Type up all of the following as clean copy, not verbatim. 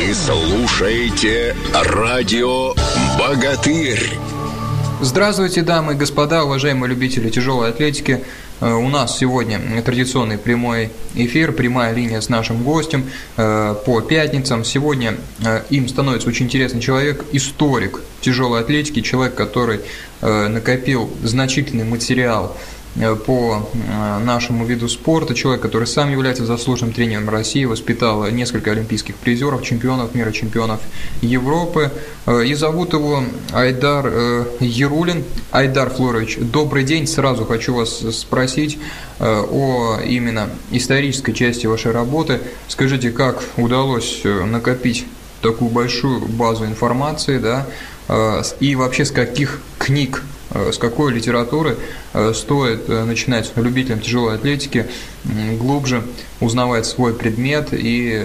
Вы слушаете радио «Богатырь». Здравствуйте, дамы и господа, уважаемые любители тяжелой атлетики. У нас сегодня традиционный прямой эфир, прямая линия с нашим гостем по пятницам. Сегодня им становится очень интересный человек, историк тяжелой атлетики, человек, который накопил значительный материал по нашему виду спорта, человек, который сам является заслуженным тренером России, воспитал несколько олимпийских призеров, чемпионов мира, чемпионов Европы. И зовут его Айдар Ярулин. Айдар Флорович, добрый день. Сразу хочу вас спросить о именно исторической части вашей работы. Скажите, как удалось накопить такую большую базу информации, да, и вообще с каких книг, с какой литературы стоит начинать любителям тяжелой атлетики глубже узнавать свой предмет и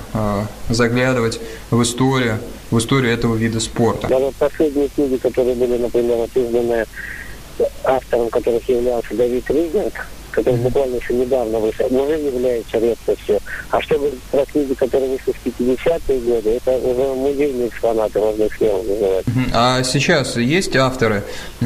заглядывать в историю этого вида спорта? Даже последние книги, которые были, например, изданы автором которых являлся Давид Риггерт, который буквально еще недавно вышел, уже является редкостью. А чтобы про книги, которые вышли в 50-е годы, это уже музейные экспонаты, можно их смело называть. А сейчас есть авторы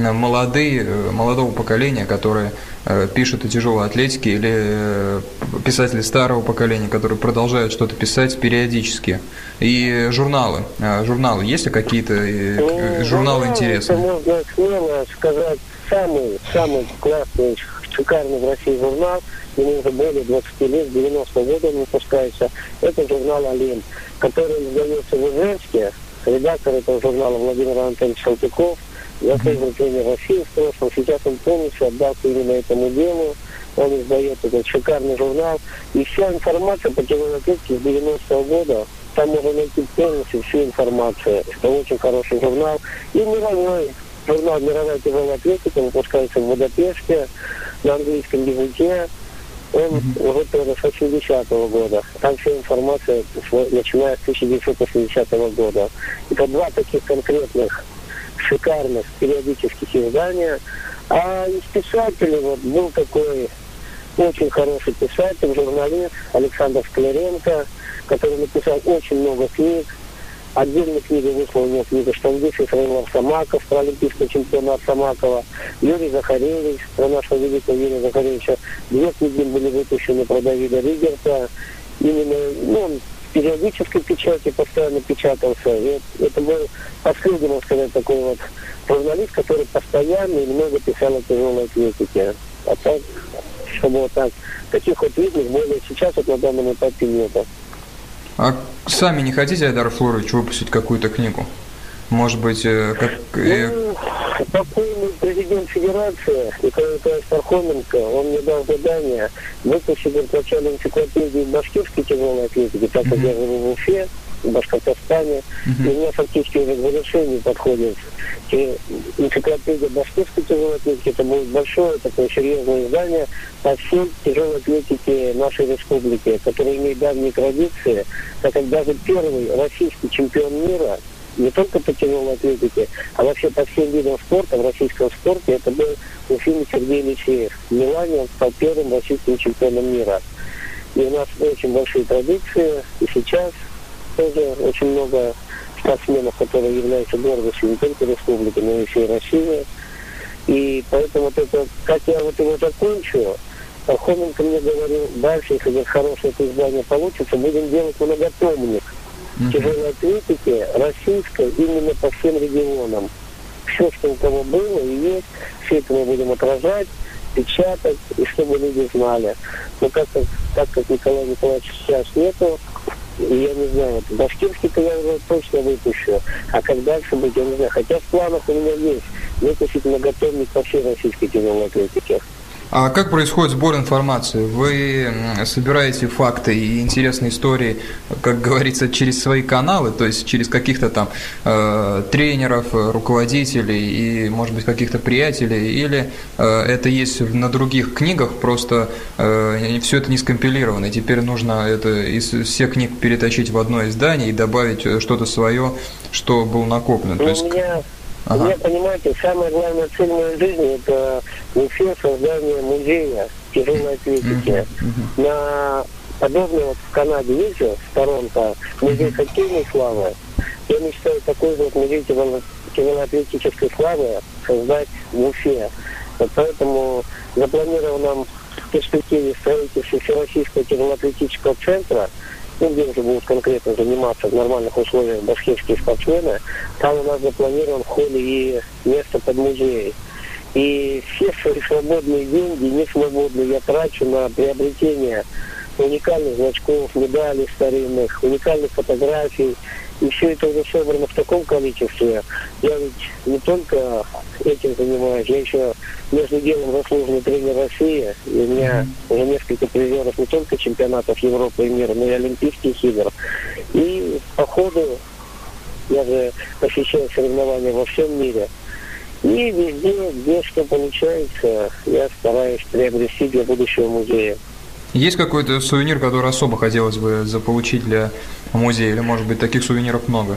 молодого поколения, которые пишут о тяжелой атлетике, или писатели старого поколения, которые продолжают что-то писать периодически? И журналы. Есть ли какие-то журналы интересные? Можно смело сказать, самый классный, шикарный в России журнал, ему уже более 20 лет, 90-го года он выпускается. Это журнал «Олимп», который издается в Ижевске. Редактор этого журнала Владимир Анатольевич Салтыков, заслуженный тренер России в прошлом. Сейчас он полностью отдался именно этому делу. Он издает этот шикарный журнал. И вся информация по тяжелой атлетике с 90-го года, там можно найти полностью всю информацию. Это очень хороший журнал. И мировой журнал «Мировая тяжелая атлетика» выпускается в Будапеште на английском языке. Он уже тоже с 80-го года. Там вся информация, начиная с 1980 года. Это два таких конкретных, шикарных периодических издания. А из писателей вот был такой очень хороший писатель, журналист Александр Скляренко, который написал очень много книг. Отдельная книга вышла у него, книга «Штангист» Исраил Арсамаков, про олимпийского чемпиона Арсамакова, Юрий Захаревич, про нашего великого Юрия Захаревича. Две книги были выпущены про Давида Риггерта. Именно, он в периодической печати постоянно печатался. И это был последний, можно сказать, такой вот журналист, который постоянно и много писал о тяжелой атлетике. А так, чтобы вот так, таких вот видных более сейчас вот на данном этапе нету. А сами не хотите, Айдар Флорович, выпустить какую-то книгу? Может быть, покойный президент Федерации Николай Николаевич Пархоменко, он мне дал задание выпустить вначале энциклопедию башкирской тяжелой атлетики, так как я живу в Уфе, в Башкортостане, и у меня фактически уже к завершению подходит энциклопедия башкирской тяжелой атлетики. Это будет большое такое серьезное издание по всей тяжелой атлетике нашей республики, которая имеет давние традиции, так как даже первый российский чемпион мира не только по тяжелой атлетике, а вообще по всем видам спорта, в российском спорте, это был Уфим Сергей Алексеев. В Милане он стал первым российским чемпионом мира. И у нас очень большие традиции, и сейчас тоже очень много спортсменов, которые являются гордостью не только республики, но и всей России. И поэтому вот это, как я вот его закончу, Пархоменко мне говорил, дальше, если хорошее это издание получится, будем делать многотомник тяжелой атлетики российской именно по всем регионам. Все, что у кого было и есть, все это мы будем отражать, печатать, и чтобы люди знали. Но так как Николая Николаевича сейчас нету, я не знаю, вот башкирский-то я уже точно выпущу. А как дальше быть, я не знаю. Хотя в планах у меня есть выпустить многотомник по всей российской тяжелой атлетике. А как происходит сбор информации? Вы собираете факты и интересные истории, как говорится, через свои каналы, то есть через каких-то там тренеров, руководителей и, может быть, каких-то приятелей, или это есть на других книгах, просто все это не скомпилировано, и теперь нужно это из всех книг перетащить в одно издание и добавить что-то свое, что было накоплено? То есть... У меня, понимаете, самая главная цель моей жизни – это не все создание музея тяжелой атлетики. На подобное вот в Канаде есть же в Торонто музей хоккейной славы. Я мечтаю такой же вот музей тяжелоатлетической славы создать в Уфе. Вот поэтому запланировал нам в перспективе строительства Всероссийского тяжелоатлетического центра, где уже будут конкретно заниматься в нормальных условиях башкирские спортсмены. Там у нас запланирован в холле и место под музей. И все свои свободные деньги, не свободные, я трачу на приобретение уникальных значков, медалей старинных, уникальных фотографий. И все это уже собрано в таком количестве. Я ведь не только этим занимаюсь, я еще между делом заслуженный тренер России. И у меня уже несколько призеров не только чемпионатов Европы и мира, но и Олимпийских игр. И по ходу я же посещаю соревнования во всем мире. И везде, где что получается, я стараюсь приобрести для будущего музея. Есть какой-то сувенир, который особо хотелось бы заполучить для музея? Или, может быть, таких сувениров много?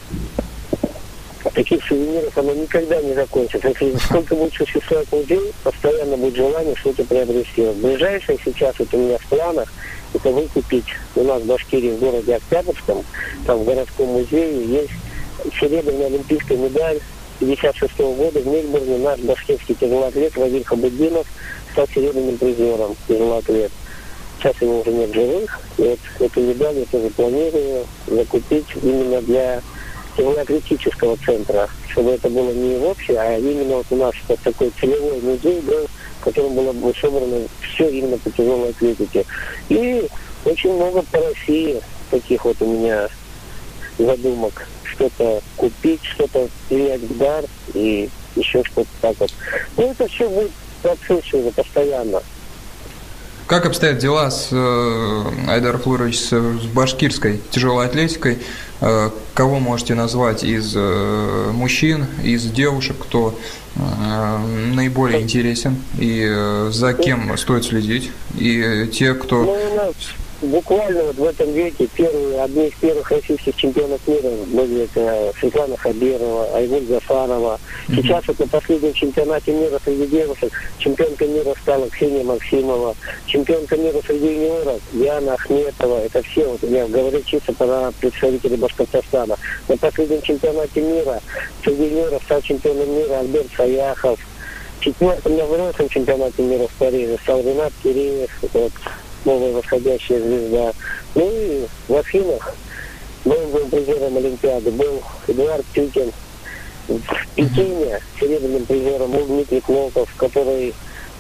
Таких сувениров оно никогда не закончится. Если сколько будет существовать музей, постоянно будет желание что-то приобрести. Ближайшее сейчас это у меня в планах, это выкупить у нас в Башкирии, в городе Октябрьском, там в городском музее есть серебряная олимпийская медаль 1956 года в Мельбурне. Наш башкирский тяжелоатлет Равиль Хабуддинов стал серебряным призером тяжелоатлет. Сейчас его уже нет живых. И вот эту медаль я тоже планирую закупить именно для тяжелоатлетического центра, чтобы это было не общее, а именно вот у нас вот такой целевой музей был, в котором было бы собрано все именно по тяжелой атлетике. И очень много по России таких вот у меня задумок. Что-то купить, что-то принять в дар и еще что-то так вот. Но это все будет в процессе уже постоянно. Как обстоят дела с Айдар Флурович с башкирской тяжелой атлетикой? Кого можете назвать из мужчин, из девушек, кто наиболее интересен и за кем стоит следить? И те, кто... Ну, у нас буквально вот в этом веке одни из первых российских чемпионов мира были это Светлана Хабирова, Айгуль Гафарова. Сейчас вот на последнем чемпионате мира среди девушек чемпионкой мира стала Ксения Максимова, чемпионка мира среди юниоров Диана Ахметова. Это все, вот я говорю чисто про представителей Башкортостана. На последнем чемпионате мира среди юниоров стал чемпионом мира Альберт Саяхов. Четвертым на взрослом чемпионате мира в Париже стал Ренат Киреев. Вот, новая восходящая звезда. Ну и в Афинах новым призером Олимпиады был Эдуард Тюкин. В Пекине серебряным призером был Дмитрий Клоков, который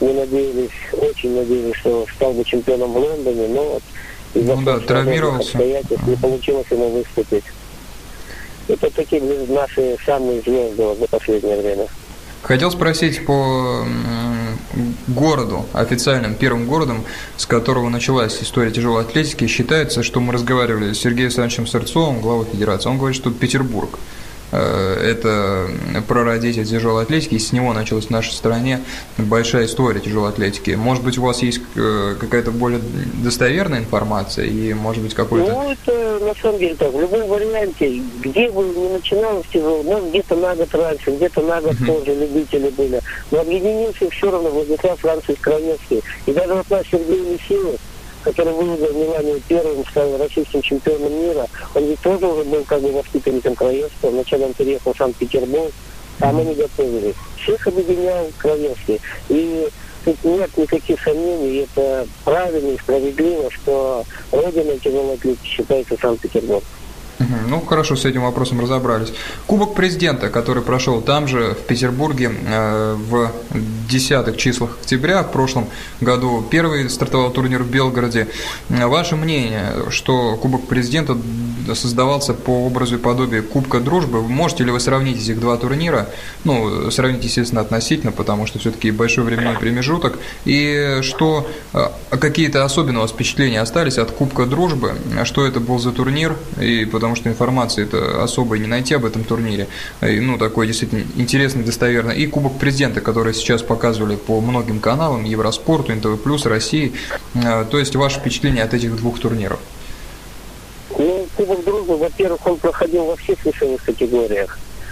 очень надеялись, что стал бы чемпионом в Лондоне, но вот из-за травмировался. Обстоятельств не получилось ему выступить. Это такие наши самые звезды за последнее время. Хотел спросить по городу, официальным первым городом, с которого началась история тяжелой атлетики. Считается, что мы разговаривали с Сергеем Александровичем Сырцовым, главой федерации. Он говорит, что Петербург – это прародитель тяжелой атлетики, и с него началась в нашей стране большая история тяжелой атлетики. Может быть, у вас есть какая-то более достоверная информация и, может быть, какой-то... Ну, это на самом деле так. В любом варианте, где бы ни начиналось тяжело, может, где-то на год раньше, где-то на год позже любители были. Но объединился все равно Владислав Францевич Краневский. И даже вот наш Сергей Лисеев, который выиграл в Милане первым, стал российским чемпионом мира, он ведь тоже уже был как бы воспитанником Краевского. Вначале он переехал в Санкт-Петербург, там они готовились. Всех объединял Краевский. И тут нет никаких сомнений, это правильно и справедливо, что родиной тяжелой атлетики считается Санкт-Петербург. Ну, хорошо, с этим вопросом разобрались. Кубок президента, который прошел там же, в Петербурге, в 10-х числах октября в прошлом году. Первый стартовал турнир в Белгороде. Ваше мнение, что Кубок президента создавался по образу и подобию Кубка дружбы? Можете ли вы сравнить этих два турнира? Ну, сравнить, естественно, относительно, потому что все-таки большой временной промежуток. И что какие-то особенные у вас впечатления остались от Кубка дружбы? Что это был за турнир? И потому что информации-то особой не найти об этом турнире. Ну, такой действительно интересный, достоверный. И Кубок президента, который сейчас показывали по многим каналам, Евроспорту, НТВ+, России. То есть, ваше впечатление от этих двух турниров? Ну, Кубок дружбы, во-первых, он проходил во всех весовых категориях.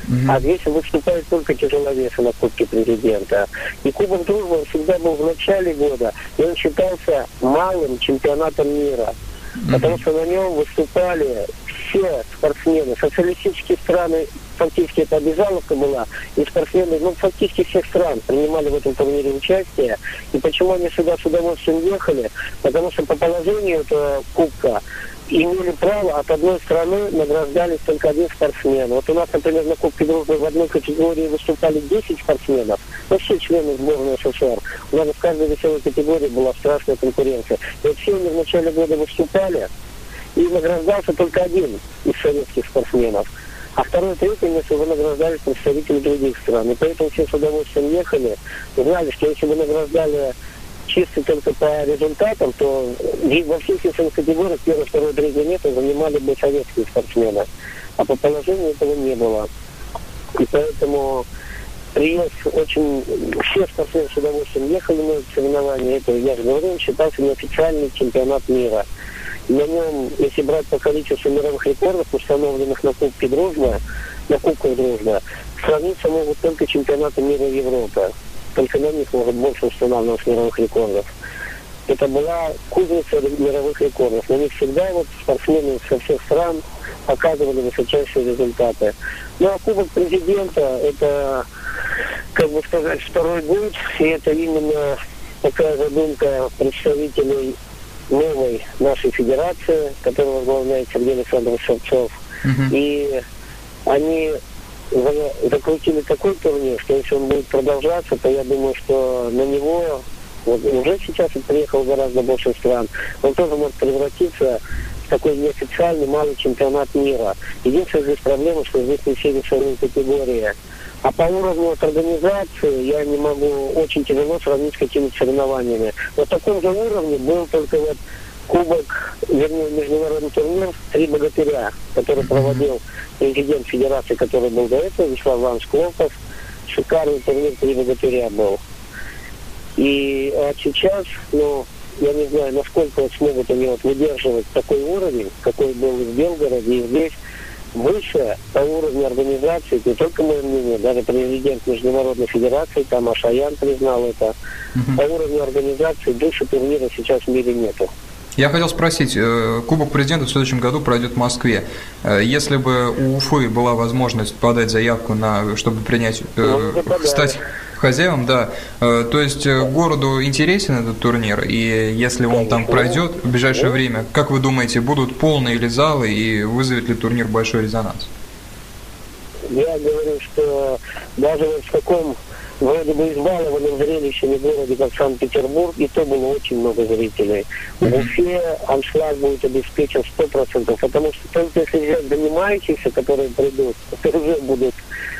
А здесь выступают только тяжеловесы на Кубке Президента. И Кубок Дружбы он всегда был в начале года, и он считался малым чемпионатом мира. Потому что на нем выступали все спортсмены. Социалистические страны, фактически это обязаловка была, и спортсмены, фактически всех стран принимали в этом турнире участие. И почему они сюда с удовольствием ехали? Потому что по положению этого кубка имели право, от одной страны награждались только один спортсмен. Вот у нас, например, на Кубке Дружбы в одной категории выступали 10 спортсменов, все члены сборной СССР. У нас в каждой весовой категории была страшная конкуренция. И вот все они в начале года выступали, и награждался только один из советских спортсменов. А второе, третье место уже награждались представители других стран. И поэтому все с удовольствием ехали, знали, что если бы награждали чисто только по результатам, то во всех весовых категориях первое, второе, третье место занимали бы советские спортсмены. А по положению этого не было. И поэтому приезд очень... Все спортсмены с удовольствием ехали на эти соревнования. Это, я же говорю, считался неофициальный чемпионат мира. И на нем, если брать по количеству мировых рекордов, установленных на Кубке Дружбы, на Кубках Дружбы, сравниться могут только чемпионаты мира и Европы. Только на них может больше установленных мировых рекордов. Это была кузница мировых рекордов. На них всегда спортсмены со всех стран показывали высочайшие результаты. Ну а Кубок Президента — это, как бы сказать, второй год, и это именно такая задумка представителей новой нашей федерации, которую возглавляет Сергей Александрович Шевцов. И они закрутили такой турнир, что если он будет продолжаться, то я думаю, что на него уже сейчас приехал гораздо больше стран. Он тоже может превратиться в такой неофициальный малый чемпионат мира. Единственная здесь проблема, что здесь не все весовые категории. А по уровню организации я не могу, очень тяжело сравнить с какими-то соревнованиями. На таком же уровне был только кубок, вернее, международный турнир «Три богатыря», который проводил президент федерации, который был до этого, Вячеслав Иванович Клоков. Шикарный турнир «Три богатыря» был. И сейчас, я не знаю, насколько смогут они выдерживать такой уровень, какой был и в Белгороде, и здесь. Выше по уровню организации, не только мое мнение, даже президент Международной Федерации, там Ашаян признал это, по уровню организации выше турнира сейчас в мире нету. Я хотел спросить, Кубок Президента в следующем году пройдет в Москве. Если бы у Уфы была возможность подать заявку чтобы принять, стать хозяевам, да, то есть городу интересен этот турнир, и если он там пройдет в ближайшее время, как вы думаете, будут полные ли залы и вызовет ли турнир большой резонанс? Я говорю, что даже в таком вроде бы избалованном зрелищем городе, как Санкт-Петербург, и то было очень много зрителей. В Уфе аншлаг будет обеспечен 100%, потому что только если взять занимающихся, которые придут, то уже будут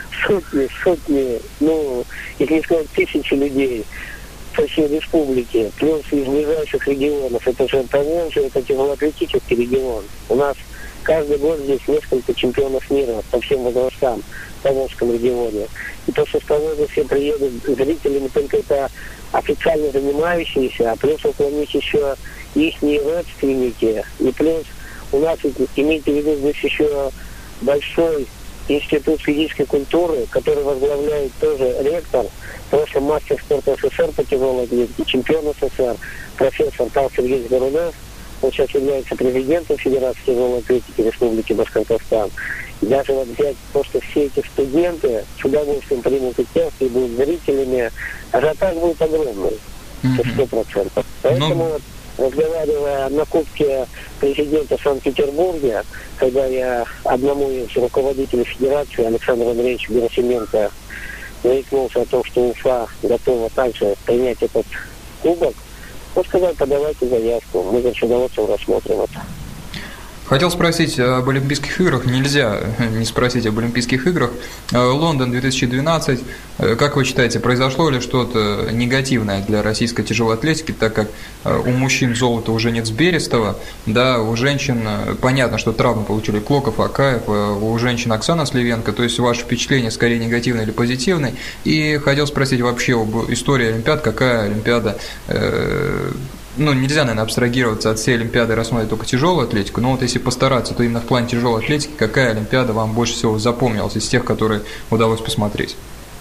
сотни, если не сказать тысячи людей со всей республики, плюс из ближайших регионов. Это же Поволжье, это тяжелоатлетический регион. У нас каждый год здесь несколько чемпионов мира по всем возрастам в Поволжском регионе. И то, что с Поволжья все приедут зрители, не только это официально занимающиеся, а плюс у них еще их родственники. И плюс у нас, имейте в виду, здесь еще большой институт физической культуры, который возглавляет тоже ректор, прошлый мастер спорта СССР по тяжелой атлетике, чемпион СССР, профессор Павел Сергеевич Горунов. Он сейчас является президентом Федерации тяжелой атлетики Республики Башкортостан. И даже взять просто все эти студенты с удовольствием примут участие и будут зрителями. Ажиотаж будет огромный, 100%. Поэтому разговаривая на Кубке Президента в Санкт-Петербурге, когда я одному из руководителей Федерации, Александру Андреевичу Герасименко, заикнулся о том, что Уфа готова также принять этот кубок, он сказал, подавайте заявку, мы с удовольствием рассмотрим это. Хотел спросить об Олимпийских играх, нельзя не спросить об Олимпийских играх. Лондон 2012, как вы считаете, произошло ли что-то негативное для российской тяжелой атлетики, так как у мужчин золота уже нет с Берестова, да, у женщин понятно, что травмы получили Клоков, Акаев, у женщин Оксана Сливенко, то есть ваше впечатление скорее негативное или позитивное, и хотел спросить вообще об истории Олимпиад, какая Олимпиада нельзя, наверное, абстрагироваться от всей Олимпиады, рассматривать только тяжелую атлетику, но вот если постараться, то именно в плане тяжелой атлетики, какая Олимпиада вам больше всего запомнилась из тех, которые удалось посмотреть?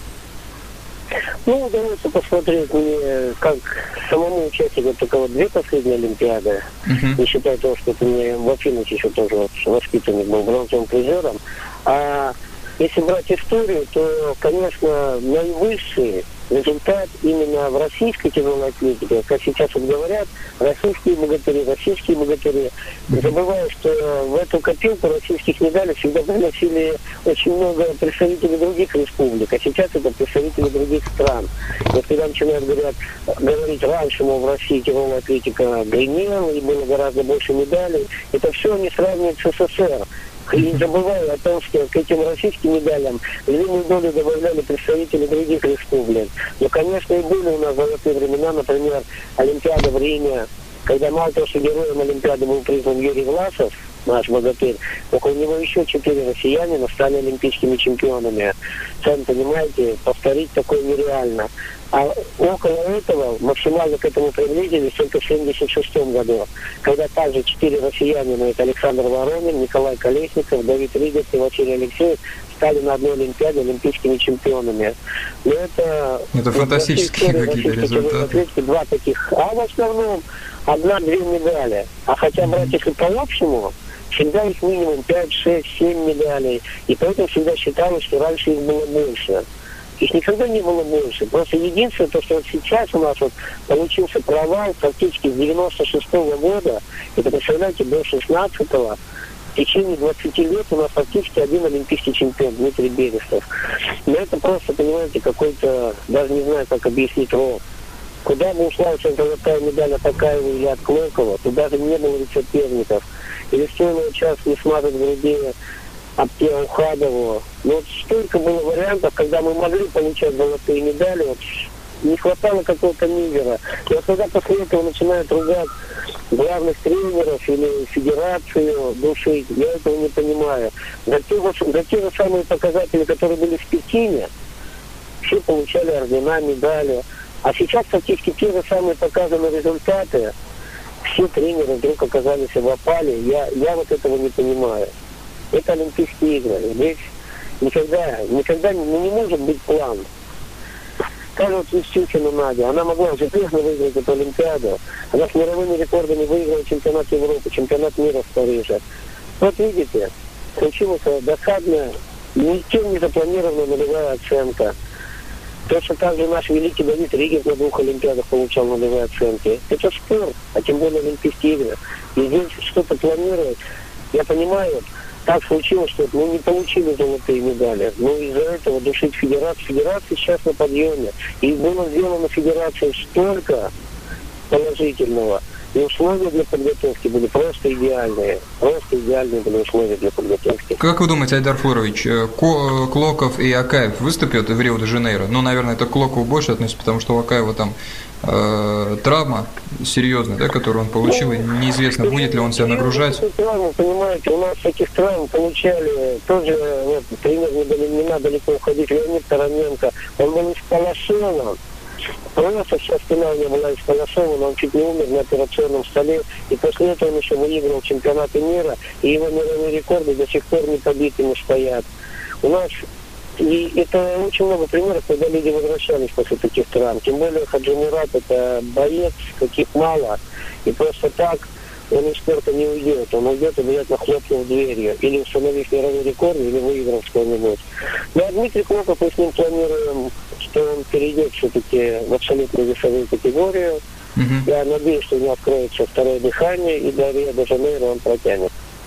Удалось посмотреть мне, как самому участнику только вот 2 последние Олимпиады, не считая того, что ты мне в Афинах еще тоже воспитанник был бронзовым призером. А если брать историю, то, конечно, наивысший результат именно в российской тяжелой атлетике, как сейчас вот говорят, российские богатыри. Не забывая, что в эту копилку российских медалей всегда приносили очень много представителей других республик, а сейчас это представители других стран. Вот когда начинают говорить раньше, мол, в России тяжелая атлетика гремела и было гораздо больше медалей, это все они сравнивают с СССР. И не забывая о том, что к этим российским медалям львиную долю добавляли представители других республик. Но, конечно, и были у нас золотые времена, например, Олимпиада в Риме, когда мало того, что героем Олимпиады был признан Юрий Власов, наш богатырь, около него еще 4 россиянина стали олимпийскими чемпионами. Сами понимаете, повторить такое нереально. А около этого максимально к этому приблизились только в 1976 году, когда также 4 россиянина, это Александр Воронин, Николай Колесников, Давид Ригас и Василий Алексеев, стали на одной Олимпиаде олимпийскими чемпионами. Но это фантастические какие-то результаты. 2 таких, а в основном 1-2 медали. А хотя брать, если по общему, всегда их минимум 5, 6, 7 медалей. И поэтому всегда считалось, что раньше их было больше. Их никогда не было больше. Просто единственное, то, что вот сейчас у нас вот получился провал фактически с 96-го года, это, представляете, до 16-го, в течение 20 лет у нас фактически 1 олимпийский чемпион, Дмитрий Берестов. Но это просто, понимаете, какой-то, даже не знаю, как объяснить, ров. Куда бы ушла эта золотая медаль от Акаева или от Клокова, туда же не было соперников. Или стоило час не смазать в груди Аптеухадову. Но вот столько было вариантов, когда мы могли получать золотые медали, вот не хватало какого-то мизера. И вот когда после этого начинают ругать главных тренеров или федерацию душить, я этого не понимаю. За те же самые показатели, которые были в Пекине, все получали ордена, медали. А сейчас фактически те же самые показаны результаты, все тренеры вдруг оказались в опале. Я вот этого не понимаю. Это Олимпийские игры. Здесь никогда не может быть план. Скажем, вот Естюхина Надя, она могла уже прежде выиграть эту Олимпиаду. Она с мировыми рекордами выиграла чемпионат Европы, чемпионат мира в Париже. Вот видите, случилась досадная, никем не запланированная нулевая оценка. Точно так же наш великий Давид Ригас на 2 Олимпиадах получал нулевые оценки. Это спорт, а тем более Олимпийские игры. И здесь что-то планировать. Я понимаю, так случилось, что мы не получили золотые медали. Но из-за этого душить федерацию. Федерация сейчас на подъеме. И было сделано федерацией столько положительного. И условия для подготовки были просто идеальные. Просто идеальные были условия для подготовки. Как вы думаете, Айдар Флорович, Клоков и Акаев выступят в Рио-де-Жанейро? Ну, наверное, это к Клокову больше относится, потому что у Акаева там травма серьезная, да, которую он получил, и неизвестно, будет ли он себя нагружать. Травму, понимаете, у нас таких травм получали тоже, вот, примерно не надо далеко уходить, Леонид Тараненко, он был исполосован. Просто вся спина у него была исполосована, он чуть не умер на операционном столе, и после этого он еще выиграл чемпионаты мира, и его мировые рекорды до сих пор не побитыми стоят. У нас и это очень много примеров, когда люди возвращались после таких травм. Тем более Хаджи Мурат — это боец, каких мало, и просто так он из спорта не уйдет. Он уйдет, обязательно хлопнув дверью, или установив мировой рекорд, или выиграв что-нибудь. Ну, а Дмитрий Клоков, мы с ним планируем, что он перейдет все-таки в абсолютную весовую категорию. Я надеюсь, что у него откроется второе дыхание, и до Рио-де-Жанейро он протянет.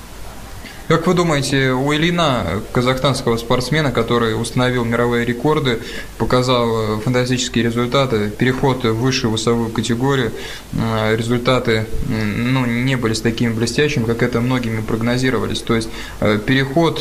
Как вы думаете, у Ильина, казахстанского спортсмена, который установил мировые рекорды, показал фантастические результаты, переход в высшую весовую категорию, результаты не были с такими блестящими, как это многими прогнозировались. То есть переход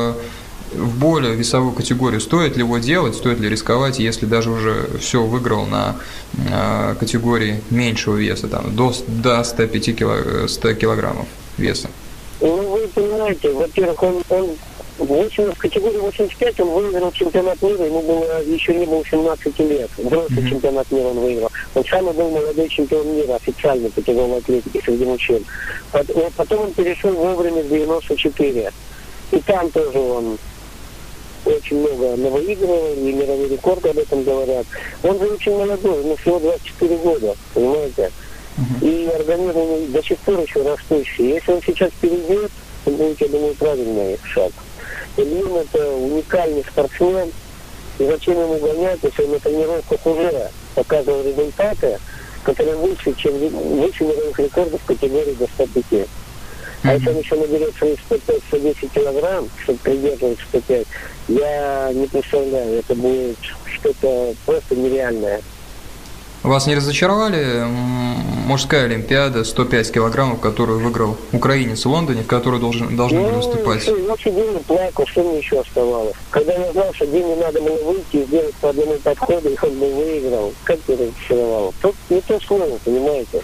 в более весовую категорию, стоит ли его делать, стоит ли рисковать, если даже уже все выиграл на категории меньшего веса, там, до 105 100 килограммов веса? Ну, вы понимаете, во-первых, он в категории 85 он выиграл чемпионат мира, ему было еще не было 17 лет. Взрослый чемпионат мира он выиграл. Он самый был молодой чемпион мира официально по тяжелой атлетике среди мужчин. Потом он перешел вовремя в 94. И там тоже он очень много навыигрывал, и мировые рекорды об этом говорят. Он же очень молодой, ему всего 24 года, понимаете? И организм у него до сих пор еще растущий. Если он сейчас перейдет, то будет, я думаю, правильный шаг. Ильин — это уникальный спортсмен. И зачем ему гонять, если он на тренировках уже показывал результаты, которые выше мировых рекордов в категории до 105. А если он еще наберет свои 105-110 килограмм, чтобы придерживать 105, я не представляю, это будет что-то просто нереальное. Вас не разочаровали мужская олимпиада 105 килограммов, которую выиграл украинец в Лондоне, в которой должны были выступать? Я сидел и плакал, что мне еще оставалось. Когда я знал, что Диме надо было выйти и сделать по одному подходу, и он бы выиграл, как я разочаровал? Тут не то слово, понимаете?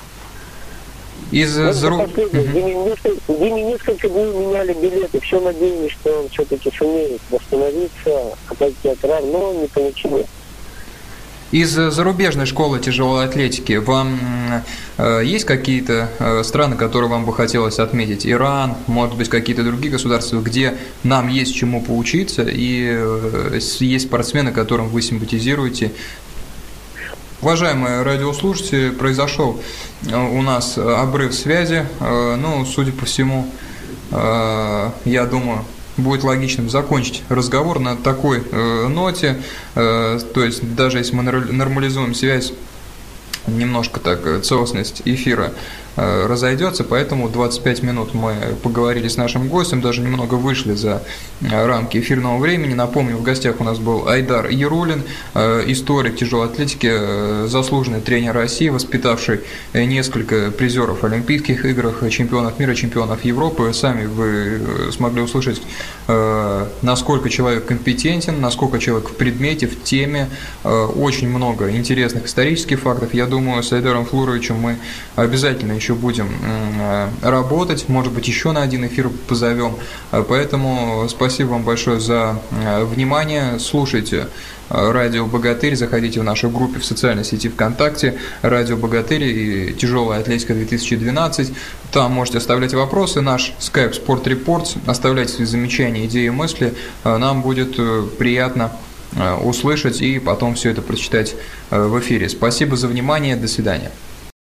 Диме несколько дней меняли билеты, все надеялись, что он все-таки сумеет восстановиться, отойти от ран, но не получилось. Из зарубежной школы тяжелой атлетики вам есть какие-то страны, которые вам бы хотелось отметить? Иран, может быть, какие-то другие государства, где нам есть чему поучиться, и есть спортсмены, которым вы симпатизируете? Уважаемые радиослушатели, произошел у нас обрыв связи, судя по всему, я думаю, будет логичным закончить разговор на такой ноте, то есть даже если мы нормализуем связь, немножко так целостность эфира разойдется, поэтому 25 минут мы поговорили с нашим гостем, даже немного вышли за рамки эфирного времени. Напомню, в гостях у нас был Айдар Ярулин, историк тяжелой атлетики, заслуженный тренер России, воспитавший несколько призеров Олимпийских игр, чемпионов мира, чемпионов Европы. Сами вы смогли услышать, насколько человек компетентен, насколько человек в предмете, в теме. Очень много интересных исторических фактов. Я думаю, с Айдаром Флуровичем мы обязательно еще будем работать, может быть, еще на один эфир позовем. Поэтому спасибо вам большое за внимание. Слушайте Радио Богатырь, заходите в нашу группу в социальной сети ВКонтакте Радио Богатырь и Тяжелая атлетика 2012. Там можете оставлять вопросы. Наш Skype Sport Reports. Оставляйте свои замечания, идеи, мысли. Нам будет приятно услышать и потом все это прочитать в эфире. Спасибо за внимание. До свидания.